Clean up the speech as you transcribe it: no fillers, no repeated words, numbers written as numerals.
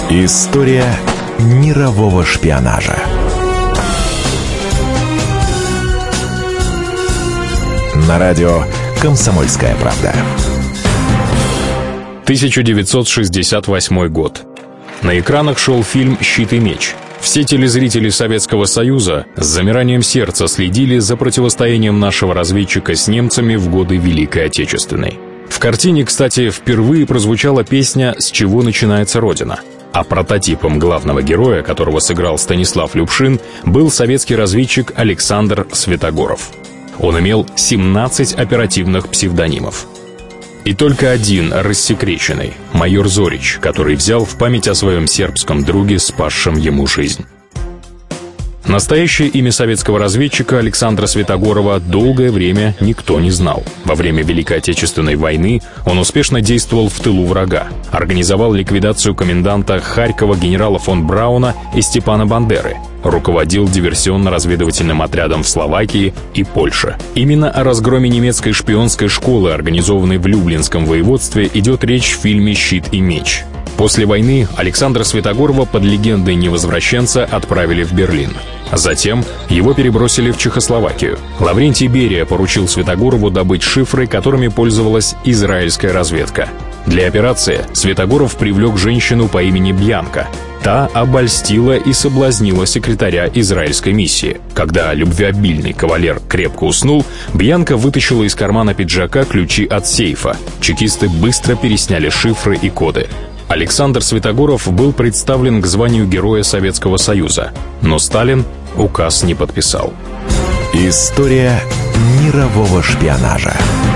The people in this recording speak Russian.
История мирового шпионажа. На радио «Комсомольская правда». 1968 год. На экранах шел фильм «Щит и меч». Все телезрители Советского Союза с замиранием сердца следили за противостоянием нашего разведчика с немцами в годы Великой Отечественной. В картине, кстати, впервые прозвучала песня «С чего начинается Родина?». А прототипом главного героя, которого сыграл Станислав Любшин, был советский разведчик Александр Святогоров. Он имел 17 оперативных псевдонимов. И только один рассекреченный — майор Зорич, который взял в память о своем сербском друге, спасшем ему жизнь. Настоящее имя советского разведчика Александра Святогорова долгое время никто не знал. Во время Великой Отечественной войны он успешно действовал в тылу врага, организовал ликвидацию коменданта Харькова генерала фон Брауна и Степана Бандеры, руководил диверсионно-разведывательным отрядом в Словакии и Польше. Именно о разгроме немецкой шпионской школы, организованной в Люблинском воеводстве, идет речь в фильме «Щит и меч». После войны Александра Святогорова под легендой невозвращенца отправили в Берлин. Затем его перебросили в Чехословакию. Лаврентий Берия поручил Святогорову добыть шифры, которыми пользовалась израильская разведка. Для операции Святогоров привлек женщину по имени Бьянка. Та обольстила и соблазнила секретаря израильской миссии. Когда любвеобильный кавалер крепко уснул, Бьянка вытащила из кармана пиджака ключи от сейфа. Чекисты быстро пересняли шифры и коды. Александр Святогоров был представлен к званию Героя Советского Союза, но Сталин указ не подписал. История мирового шпионажа.